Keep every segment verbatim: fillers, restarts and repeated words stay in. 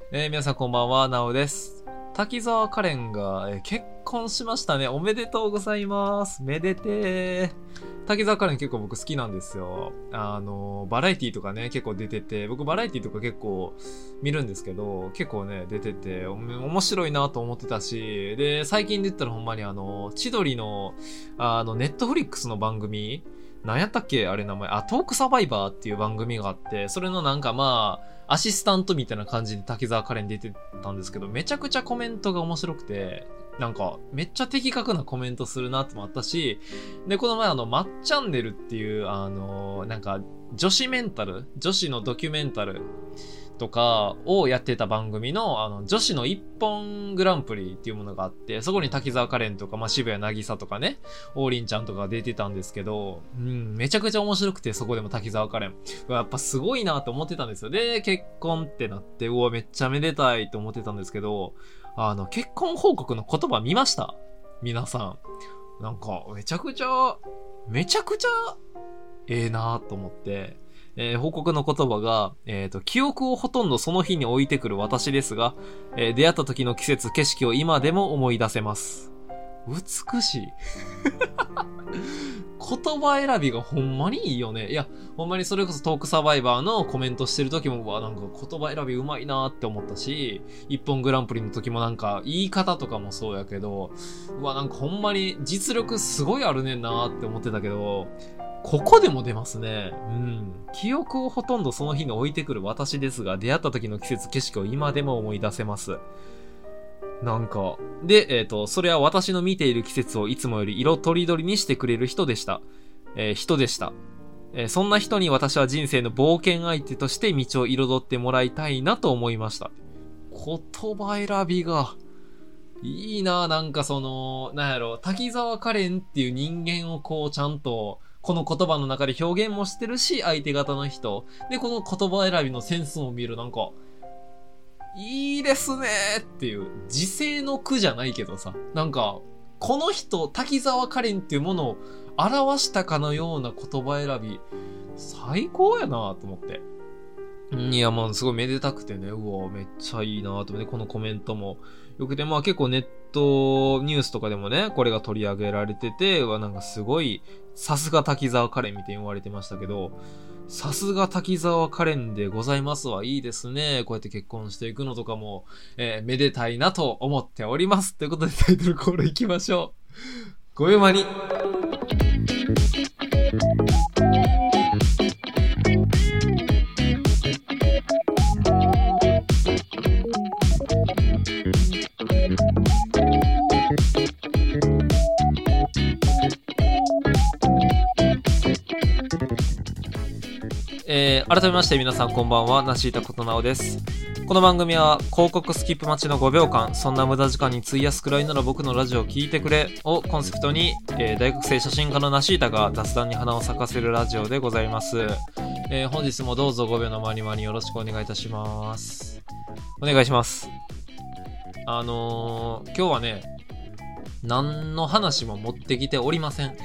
えー、皆さんこんばんは、なおです。滝沢カレンが、えー、結婚しましたね。おめでとうございます。めでてー。滝沢カレン結構僕好きなんですよ。あのー、バラエティとかね、結構出てて、僕バラエティとか結構見るんですけど、結構ね、出てて、お面白いなと思ってたし、で、最近で言ったらほんまにあの、千鳥の、あの、ネットフリックスの番組、なんやったっけあれ名前。あ、トークサバイバーっていう番組があって、それのなんかまあ、アシスタントみたいな感じで滝沢カレン出てたんですけど、めちゃくちゃコメントが面白くて、なんか、めっちゃ的確なコメントするなってもあったし、で、この前あの、マッチャンネルっていう、あの、なんか、女子メンタル女子のドキュメンタルとかをやってた番組の、あの、女子の一本グランプリっていうものがあって、そこに滝沢カレンとか、まあ、渋谷渚とかね、王林ちゃんとか出てたんですけど、うん、めちゃくちゃ面白くて、そこでも滝沢カレン。やっぱすごいなと思ってたんですよ。で、結婚ってなって、うわ、めっちゃめでたいと思ってたんですけど、あの、結婚報告の言葉見ました？皆さん。なんか、めちゃくちゃ、めちゃくちゃ、ええなと思って、えー、報告の言葉が、えっと、記憶をほとんどその日に置いてくる私ですが、えー、出会った時の季節、景色を今でも思い出せます。美しい。言葉選びがほんまにいいよね。いや、ほんまにそれこそトークサバイバーのコメントしてる時も、わ、なんか言葉選びうまいなーって思ったし、一本グランプリの時もなんか言い方とかもそうやけど、うわ、なんかほんまに実力すごいあるねんなーって思ってたけど、ここでも出ますね。うん。記憶をほとんどその日に置いてくる私ですが、出会った時の季節、景色を今でも思い出せます。なんか。で、えっと、それは私の見ている季節をいつもより色とりどりにしてくれる人でした。えー、人でした。えー、そんな人に私は人生の冒険相手として道を彩ってもらいたいなと思いました。言葉選びが、いいなぁ。なんかその、なんやろ、滝沢カレンっていう人間をこう、ちゃんと、この言葉の中で表現もしてるし、相手方の人。で、この言葉選びのセンスも見る。なんか、いいですねーっていう、時世の句じゃないけどさ、なんか、この人、滝沢カレンっていうものを表したかのような言葉選び、最高やなと思って。いや、もうすごいめでたくてね、うわ、めっちゃいいなと思って、このコメントもよくて、まあ結構ネットニュースとかでもね、これが取り上げられてて、うわ、なんかすごい、さすが滝沢カレンみたいに言われてましたけど、さすが滝沢カレンでございますわ。いいですね。こうやって結婚していくのとかも、えー、めでたいなと思っております。ということでタイトルコールいきましょう。ごよまに。えー、改めまして皆さんこんばんは、なしいたことなおです。この番組は広告スキップ待ちのごびょうかん、そんな無駄時間に費やすくらいなら僕のラジオを聞いてくれをコンセプトに、えー、大学生写真家のなしいたが雑談に花を咲かせるラジオでございます。えー、本日もどうぞごびょうのまにまによろしくお願いいたします。お願いします。あのー、今日はね、何の話も持ってきておりません。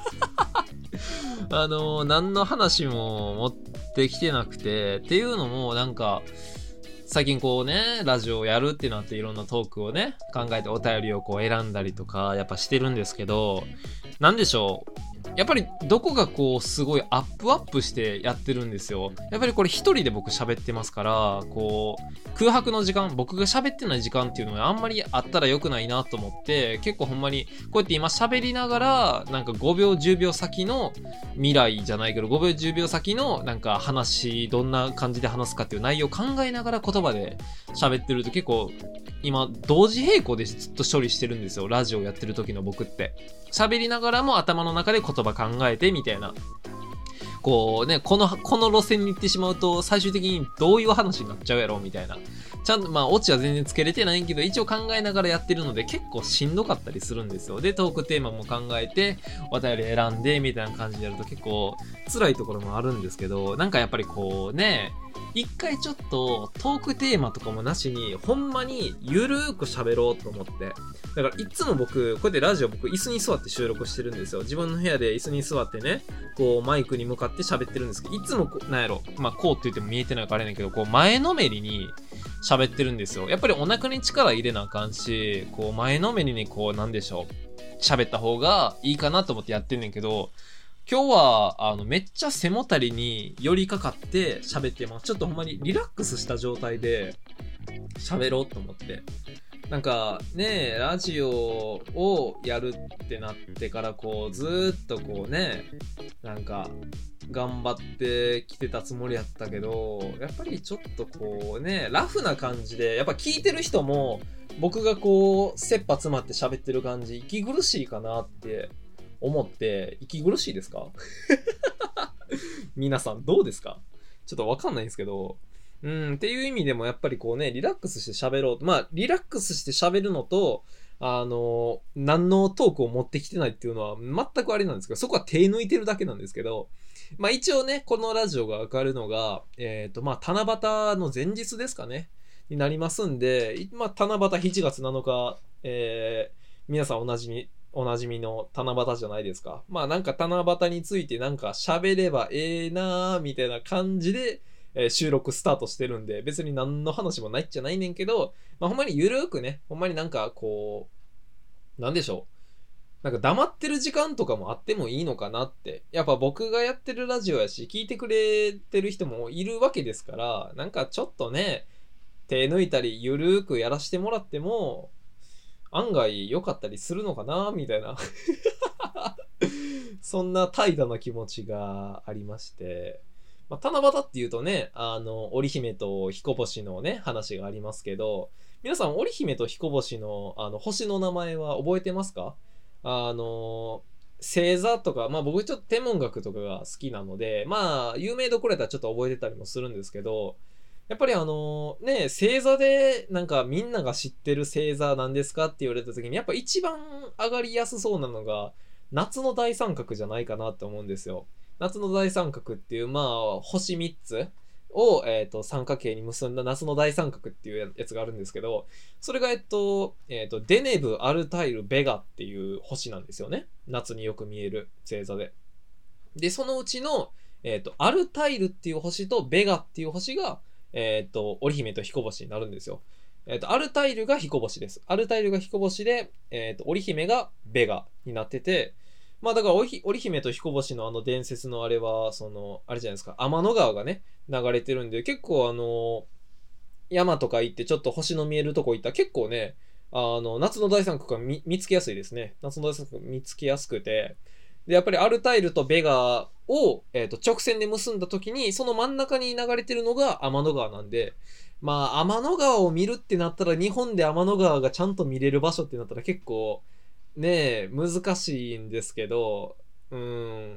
あのー、何の話も持ってきてなくて、っていうのもなんか、最近こうね、ラジオをやるってなっていろんなトークをね、考えてお便りをこう選んだりとか、やっぱしてるんですけど、なんでしょう。やっぱりどこがこうすごいアップアップしてやってるんですよ。やっぱりこれ一人で僕喋ってますから、こう空白の時間、僕が喋ってない時間っていうのはあんまりあったら良くないなと思って、結構ほんまにこうやって今喋りながらなんかごびょうじゅうびょう先の未来じゃないけどごびょうじゅうびょう先のなんか話、どんな感じで話すかっていう内容を考えながら言葉で喋ってると結構今同時並行でずっと処理してるんですよ。ラジオやってる時の僕って喋りながらも頭の中で言葉考えてみたいな、こうね、このこの路線に行ってしまうと最終的にどういう話になっちゃうやろみたいな、ちゃんとまあオチは全然つけれてないけど一応考えながらやってるので結構しんどかったりするんですよ。でトークテーマも考えてお便り選んでみたいな感じでやると結構辛いところもあるんですけど、なんかやっぱりこうね、一回ちょっとトークテーマとかもなしにほんまにゆるーく喋ろうと思って、だからいつも僕こうやってラジオ僕椅子に座って収録してるんですよ。自分の部屋で椅子に座ってね、こうマイクに向かって喋ってるんですけど、いつもこなんやろ、まあこうって言っても見えてないからあれだけど、こう前のめりに喋ってるんですよ。やっぱりお腹に力入れなあかんし、こう前のめりにこうなんでしょう、喋った方がいいかなと思ってやってんねんけど、今日はあのめっちゃ背もたりに寄りかかって喋ってます。ちょっとほんまにリラックスした状態で喋ろうと思って。なんかね、ラジオをやるってなってからこうずーっとこうね、なんか頑張ってきてたつもりやったけど、やっぱりちょっとこうね、ラフな感じで、やっぱ聞いてる人も僕がこう切羽詰まって喋ってる感じ、息苦しいかなって思って、息苦しいですか？皆さんどうですか？ちょっとわかんないんですけど、うん、っていう意味でもやっぱりこうね、リラックスして喋ろうと。まあ、リラックスして喋るのと、あの、何のトークを持ってきてないっていうのは全くあれなんですけど、そこは手抜いてるだけなんですけど、まあ一応ね、このラジオが上がるのが、えっと、まあ、七夕の前日ですかね、になりますんで、まあ、七夕しちがつなのか、えー、皆さんおなじみ、おなじみの七夕じゃないですか。まあなんか七夕についてなんか喋ればええなーみたいな感じで、えー収録スタートしてるんで、別に何の話もないっちゃないねんけど、まあ、ほんまにゆるーくね、ほんまになんかこう、なんでしょう。なんか黙ってる時間とかもあってもいいのかなって。やっぱ僕がやってるラジオやし、聞いてくれてる人もいるわけですから、なんかちょっとね、手抜いたりゆるーくやらしてもらっても、案外良かったりするのかなみたいな。そんな怠惰な気持ちがありまして。まあ、七夕っていうとね、あの、織姫と彦星のね、話がありますけど、皆さん、織姫と彦星の、あの、星の名前は覚えてますか？あの、星座とか、まあ僕ちょっと天文学とかが好きなので、まあ、有名どころやったらちょっと覚えてたりもするんですけど、やっぱりあの、ね、星座で、なんかみんなが知ってる星座なんですかって言われた時に、やっぱ一番上がりやすそうなのが、夏の大三角じゃないかなって思うんですよ。夏の大三角っていう、まあ、星みっつを、えっと、三角形に結んだ夏の大三角っていうやつがあるんですけど、それが、えっと、えっと、デネブ、アルタイル、ベガっていう星なんですよね。夏によく見える星座で。で、そのうちの、えっと、アルタイルっていう星とベガっていう星が、えっと、織姫と彦星になるんですよ。えっと、アルタイルが彦星です。アルタイルが彦星で、えっと、織姫がベガになってて、まあだから織姫と彦星のあの伝説のあれは、その、あれじゃないですか、天の川がね、流れてるんで、結構あの、山とか行ってちょっと星の見えるとこ行ったら結構ね、あの、夏の大三角が見見つけやすいですね。夏の大三角見つけやすくて、で、やっぱりアルタイルとベガを、えーと、直線で結んだ時に、その真ん中に流れてるのが天の川なんで、まあ、天の川を見るってなったら、日本で天の川がちゃんと見れる場所ってなったら結構、ねえ、難しいんですけど、うん、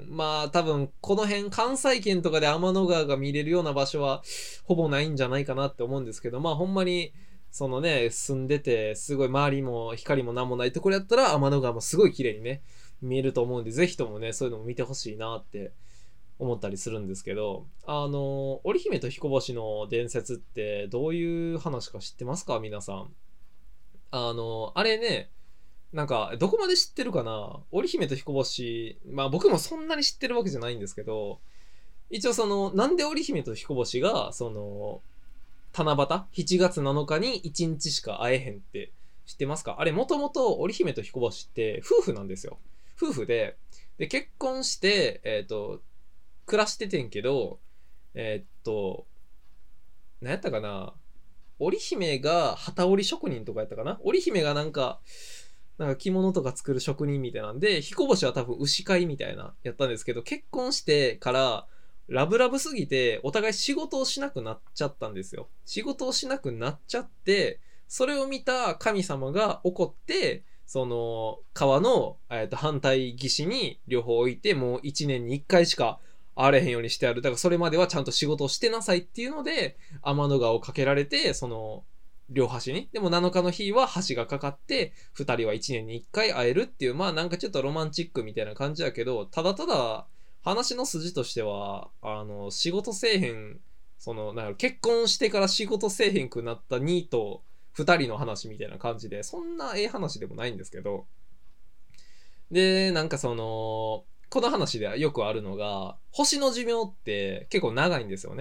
まあ多分この辺関西圏とかで天の川が見れるような場所はほぼないんじゃないかなって思うんですけど、まあほんまにそのね、住んでてすごい周りも光も何もないところやったら天の川もすごい綺麗にね、見えると思うんで、ぜひともね、そういうのも見てほしいなって思ったりするんですけど、あの、織姫と彦星の伝説ってどういう話か知ってますか皆さん。あの、あれね、なんか、どこまで知ってるかな、織姫と彦星。まあ僕もそんなに知ってるわけじゃないんですけど、一応その、なんで織姫と彦星が、その、七夕 ?しち 月なのかにいちにちしか会えへんって知ってますか？あれ、もともと織姫と彦星って夫婦なんですよ。夫婦で、で、結婚して、えっと、暮らしててんけど、えっと、何やったかな、織姫が旗織り職人とかやったかな、織姫がなんか、なんか着物とか作る職人みたいなんで、彦星は多分牛飼いみたいなやったんですけど、結婚してからラブラブすぎてお互い仕事をしなくなっちゃったんですよ。仕事をしなくなっちゃって、それを見た神様が怒って、その川の、えーと反対岸に両方置いて、もういちねんにいっかいしか会われへんようにしてある。だからそれまではちゃんと仕事をしてなさいっていうので、天の川をかけられて、その両端に。でもなのかの日は橋がかかって、二人はいちねんにいっかい会えるっていう、まあなんかちょっとロマンチックみたいな感じだけど、ただただ話の筋としては、あの、仕事せえへん、その、なんか結婚してから仕事せえへんくなったにと二人の話みたいな感じで、そんなええ話でもないんですけど、で、なんかその、この話ではよくあるのが、星の寿命って結構長いんですよね。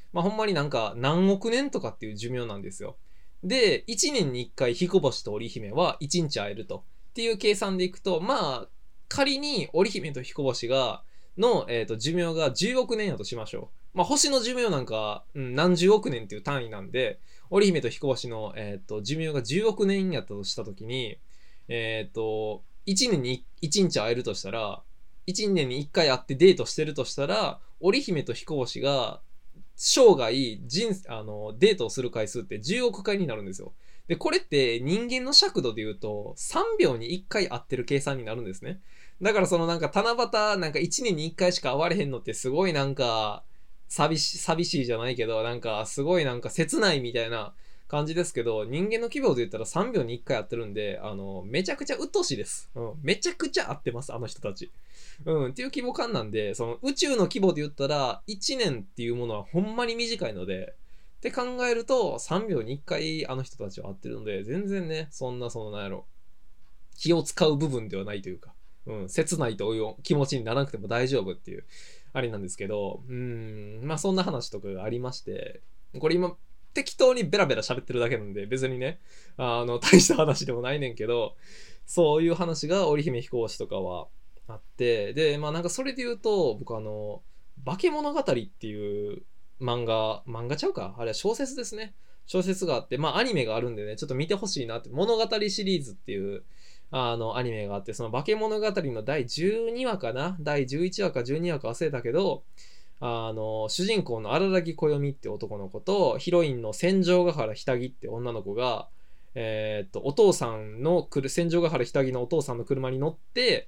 まあほんまになんか何億年とかっていう寿命なんですよ。で、いちねんにいっかい彦星と織姫はいちにち会えると。っていう計算でいくと、まあ、仮に織姫と彦星が、の、えー、と寿命がじゅうおくねんやとしましょう。まあ、星の寿命なんか、うん、何十億年っていう単位なんで、織姫と彦星の、えー、と寿命がじゅうおくねんやったとしたときに、えっ、と、いちねんにいちにち会えるとしたら、いちねんにいっかい会ってデートしてるとしたら、織姫と彦星が生涯人あのデートをする回数ってじゅうおくかいになるんですよ。で、これって人間の尺度で言うとさんびょうにいっかい会ってる計算になるんですね。だからそのなんか七夕なんかいちねんにいっかいしか会われへんのってすごいなんか寂し寂しいじゃないけど、なんかすごいなんか切ないみたいな感じですけど、人間の規模で言ったらさんびょうにいっかい会ってるんで、あのめちゃくちゃ鬱陶しいです、うん、めちゃくちゃ会ってます、あの人たち。うん、っていう規模感なんで、その宇宙の規模で言ったらいちねんっていうものはほんまに短いので、って考えるとさんびょうにいっかいあの人たちは会ってるので、全然ね、そんなそのなんやろ、気を使う部分ではないというか、うん、切ないという気持ちにならなくても大丈夫っていうあれなんですけど、うん、まあそんな話とかがありまして、これ今適当にベラベラ喋ってるだけなんで別にね、あの大した話でもないねんけど、そういう話が織姫飛行士とかはあって、でまあなんかそれで言うと、僕あの化け物語っていう漫画漫画ちゃうか、あれは小説ですね。小説があって、まあアニメがあるんでね、ちょっと見てほしいなって、物語シリーズっていうあのアニメがあって、その化け物語のだいじゅうにわかな、だいじゅういちわかじゅうにわか忘れたけど、あの主人公の荒木暦って男の子とヒロインの千丈ヶ原ひたぎって女の子が、えー、っとお父さんの千丈ヶ原ひたぎのお父さんの車に乗って、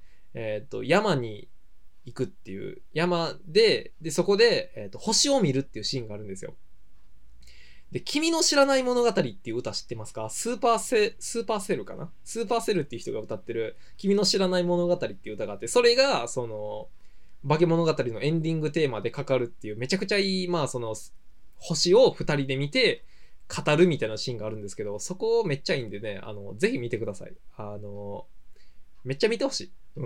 えー、っと山に行くっていう、山ででそこで、えー、っと星を見るっていうシーンがあるんですよ。で、君の知らない物語っていう歌知ってますか？スーパーセ、スーパーセルかな、スーパーセルっていう人が歌ってる君の知らない物語っていう歌があって、それが、その、化け物語のエンディングテーマでかかるっていう、めちゃくちゃいい、まあ、その、星を二人で見て、語るみたいなシーンがあるんですけど、そこめっちゃいいんでね、あの、ぜひ見てください。あの、めっちゃ見てほしい。うん。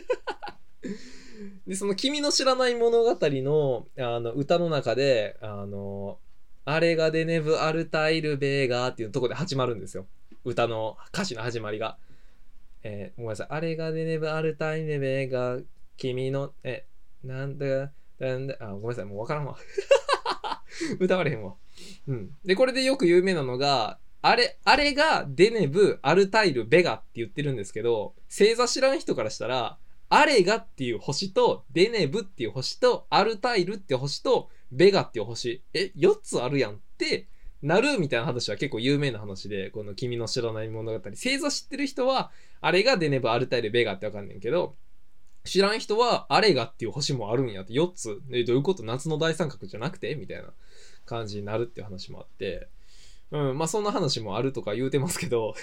で、その君の知らない物語の、あの、歌の中で、あの、あれがデネブアルタイルベーガーっていうところで始まるんですよ。歌の歌詞の始まりが。えー、ごめんなさい。あれがデネブアルタイルベーガー、君の、え、なんだ、なんだ、あ、ごめんなさい。もうわからんわ。歌われへんわ。うん。で、これでよく有名なのが、あれ、あれがデネブ、アルタイル、ベガって言ってるんですけど、星座知らん人からしたら、あれがっていう星と、デネブっていう星と、アルタイルっていう星と、ベガっていう星、え、よっつあるやんってなるみたいな話は結構有名な話で、この君の知らない物語。星座知ってる人は、あれがデネブ、アルタイル、ベガってわかんねんけど、知らん人は、あれがっていう星もあるんやって、よっつ。え、どういうこと？夏の大三角じゃなくてみたいな感じになるっていう話もあって、うん、まあそんな話もあるとか言うてますけど、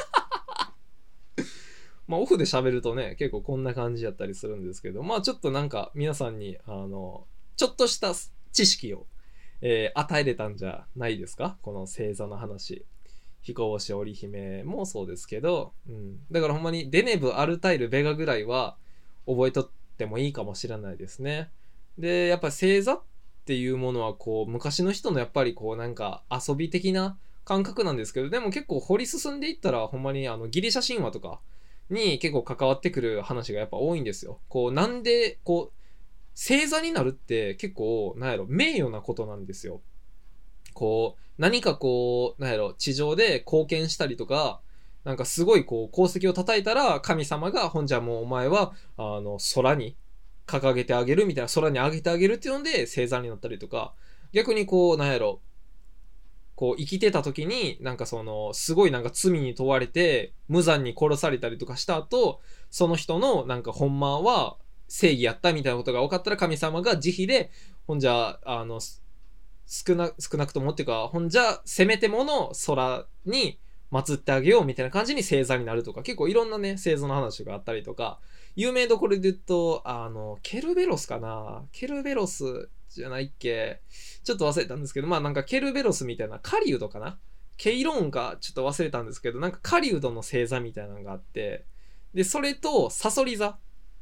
まあオフで喋るとね、結構こんな感じやったりするんですけど、まあちょっとなんか皆さんに、あの、ちょっとした知識を、えー、与えれたんじゃないですか？この星座の話。彦星織姫もそうですけど、うん。だからほんまにデネブ、アルタイル、ベガぐらいは覚えとってもいいかもしれないですね。で、やっぱ星座っていうものはこう、昔の人のやっぱりこうなんか遊び的な感覚なんですけど、でも結構掘り進んでいったらほんまにあのギリシャ神話とかに結構関わってくる話がやっぱ多いんですよ。こう、なんで、こう、星座になるって結構、なんやろ、名誉なことなんですよ。こう、何かこう、なんやろ、地上で貢献したりとか、なんかすごいこう、功績を叩いたら、神様が、ほんじゃもうお前は、あの、空に掲げてあげるみたいな、空に上げてあげるっていうので、星座になったりとか、逆にこう、なんやろ、こう、生きてた時に、なんかその、すごいなんか罪に問われて、無残に殺されたりとかした後、その人のなんかほんまは正義やったみたいなことが分かったら、神様が慈悲で、ほんじゃ、あの、少な、少なくともっていうか、ほんじゃ、せめてもの空に祀ってあげようみたいな感じに星座になるとか、結構いろんなね、星座の話があったりとか、有名どころで言うと、あの、ケルベロスかな、ケルベロスじゃないっけ、ちょっと忘れたんですけど、まあなんかケルベロスみたいな、カリウドかな、ケイローンかちょっと忘れたんですけど、なんかカリウドの星座みたいなのがあって、で、それとサソリ座。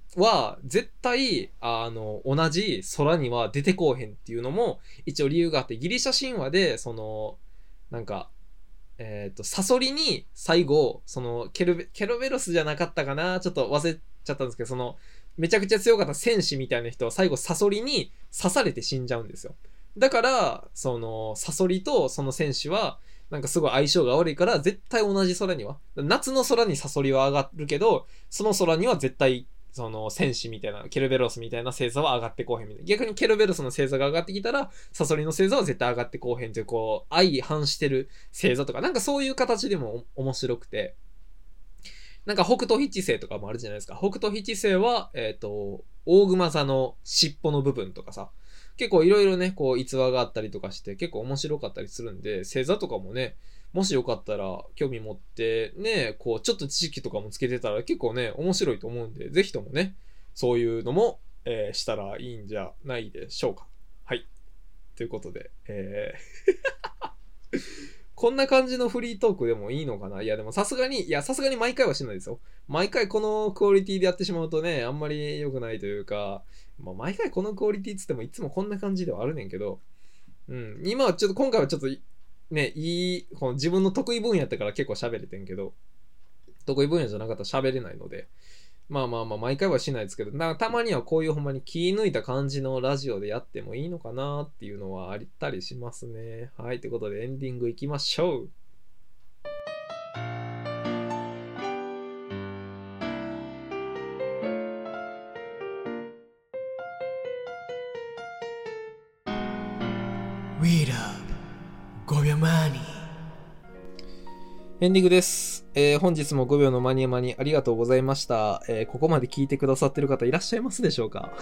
は絶対あの同じ空には出てこうへんっていうのも一応理由があって、ギリシャ神話でそのなんかえっ、ー、とサソリに最後そのケルベケルベロスじゃなかったかな、ちょっと忘れちゃったんですけど、そのめちゃくちゃ強かった戦士みたいな人は最後サソリに刺されて死んじゃうんですよ。だからそのサソリとその戦士はなんかすごい相性が悪いから、絶対同じ空には、夏の空にサソリは上がるけど、その空には絶対その戦士みたいなケルベロスみたいな星座は上がってこうへんみたいな。逆にケルベロスの星座が上がってきたらサソリの星座は絶対上がってこうへんという、こう相反してる星座とか、なんかそういう形でも面白くて、なんか北斗七星とかもあるじゃないですか。北斗七星はえっ、ー、と大熊座の尻尾の部分とかさ、結構いろいろねこう逸話があったりとかして結構面白かったりするんで、星座とかもねもしよかったら興味持ってね、こうちょっと知識とかもつけてたら結構ね面白いと思うんで、ぜひともねそういうのも、えー、したらいいんじゃないでしょうか。はい、ということで、えー、こんな感じのフリートークでもいいのかな。いやでもさすがにいやさすがに毎回はしないですよ。毎回このクオリティでやってしまうとねあんまり良くないというか、まあ、毎回このクオリティつってもいつもこんな感じではあるねんけど、うん、今はちょっと今回はちょっとね、いい、この自分の得意分野やったから結構喋れてんけど、得意分野じゃなかったら喋れないので、まあまあまあ、毎回はしないですけど、なんかたまにはこういうほんまに気抜いた感じのラジオでやってもいいのかなっていうのはあったりしますね。はい、ということでエンディングいきましょう。We love ごびょうマニエンディングです。えー、本日もごびょうのマニアマニありがとうございました。えー、ここまで聞いてくださってる方いらっしゃいますでしょうか？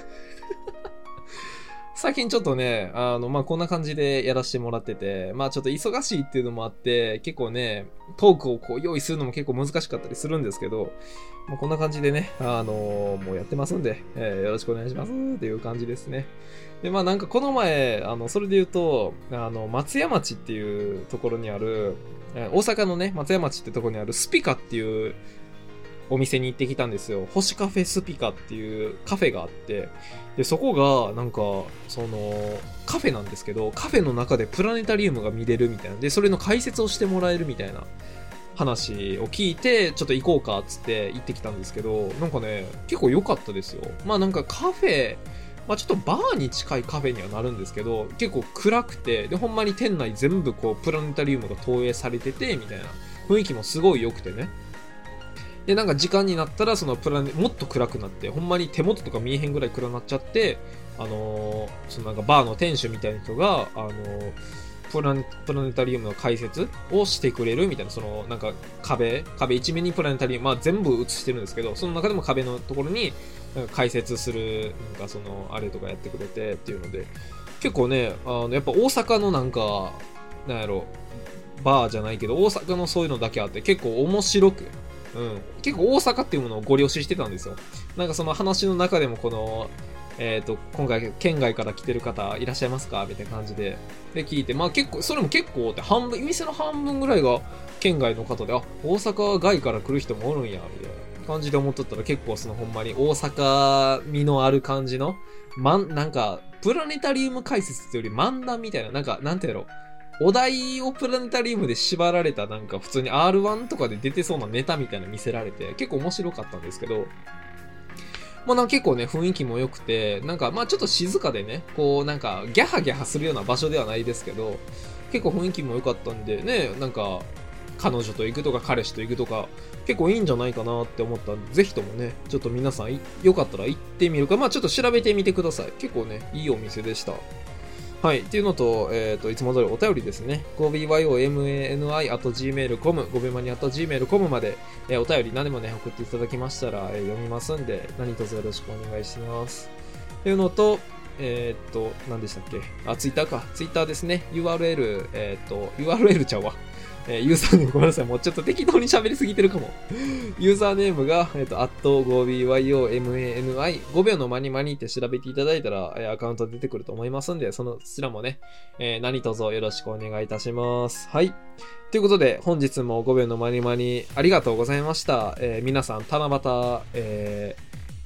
最近ちょっとね、あの、まあ、こんな感じでやらせてもらってて、まあ、ちょっと忙しいっていうのもあって、結構ね、トークをこう用意するのも結構難しかったりするんですけど、まあ、こんな感じでね、あのー、もうやってますんで、えー、よろしくお願いしますっていう感じですね。で、まあ、なんかこの前、あの、それで言うと、あの、松屋町っていうところにある、大阪のね、松屋町ってところにあるスピカっていうお店に行ってきたんですよ。星カフェスピカっていうカフェがあって、で、そこが、なんか、その、カフェなんですけど、カフェの中でプラネタリウムが見れるみたいな。で、それの解説をしてもらえるみたいな話を聞いて、ちょっと行こうかっつって行ってきたんですけど、なんかね、結構良かったですよ。まあなんかカフェ、まあちょっとバーに近いカフェにはなるんですけど、結構暗くて、で、ほんまに店内全部こう、プラネタリウムが投影されてて、みたいな雰囲気もすごい良くてね。で、なんか時間になったら、そのプラネ、もっと暗くなって、ほんまに手元とか見えへんぐらい暗くなっちゃって、あのー、そのなんかバーの店主みたいな人が、あのー、プラネ、プラネタリウムの解説をしてくれるみたいな、そのなんか壁、壁一面にプラネタリウム、まあ全部映してるんですけど、その中でも壁のところに、なんか解説する、なんかその、あれとかやってくれてっていうので、結構ね、あの、やっぱ大阪のなんか、なんやろ、バーじゃないけど、大阪のそういうのだけあって、結構面白く、うん。結構大阪っていうものをご了承してたんですよ。なんかその話の中でもこの、えっと、今回県外から来てる方いらっしゃいますかみたいな感じで、で聞いて、まあ結構、それも結構って半分、店の半分ぐらいが県外の方で、あ、大阪外から来る人もおるんや、みたいな感じで思っとったら結構そのほんまに大阪味のある感じの、まん、なんか、プラネタリウム解説っていうより漫談みたいな、なんか、なんてやろう。お題をプラネタリウムで縛られたなんか普通に アールワン とかで出てそうなネタみたいなの見せられて結構面白かったんですけど、まあなんか結構ね雰囲気も良くて、なんかまあちょっと静かでね、こうなんかギャハギャハするような場所ではないですけど、結構雰囲気も良かったんでね、なんか彼女と行くとか彼氏と行くとか結構いいんじゃないかなって思ったんで、ぜひともねちょっと皆さんよかったら行ってみるか、まあちょっと調べてみてください。結構ねいいお店でした。はい。っていうのと、えっ、ー、と、いつも通りお便りですね。ごびわよまに アット ジーメール ドットコム、ごびょうマニ アット ジーメール ドットコム まで、えー、お便り何でもね、送っていただきましたら、えー、読みますんで、何卒よろしくお願いします。っていうのと、えっ、ー、と、何でしたっけ？あ、ツイッターか。ツイッターですね。ユーアールエル、えっ、ー、と、ユーアールエル ちゃうわ。えー、ユーザーネームごめんなさい。もうちょっと適当に喋りすぎてるかも。ユーザーネームが、えっ、ー、と、アット ごびわよまに、ごびょうのマニマニって調べていただいたら、えー、アカウント出てくると思いますんで、その、そちらもね、えー、何卒よろしくお願いいたします。はい。ということで、本日もごびょうのマニマニありがとうございました。えー、皆さん、七夕、え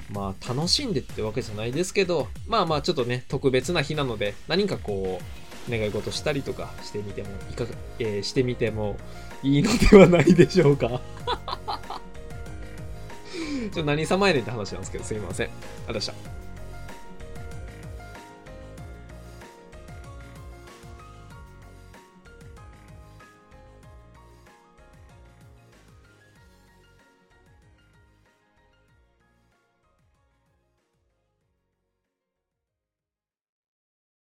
まあ楽しんでってわけじゃないですけど、まあまあちょっとね、特別な日なので、何かこう、願い事したりとかしてみてもいかが、えーしてみてもいいのではないでしょうか。ちょっと何様やねんって話なんですけど、すいません。ありがとうございました。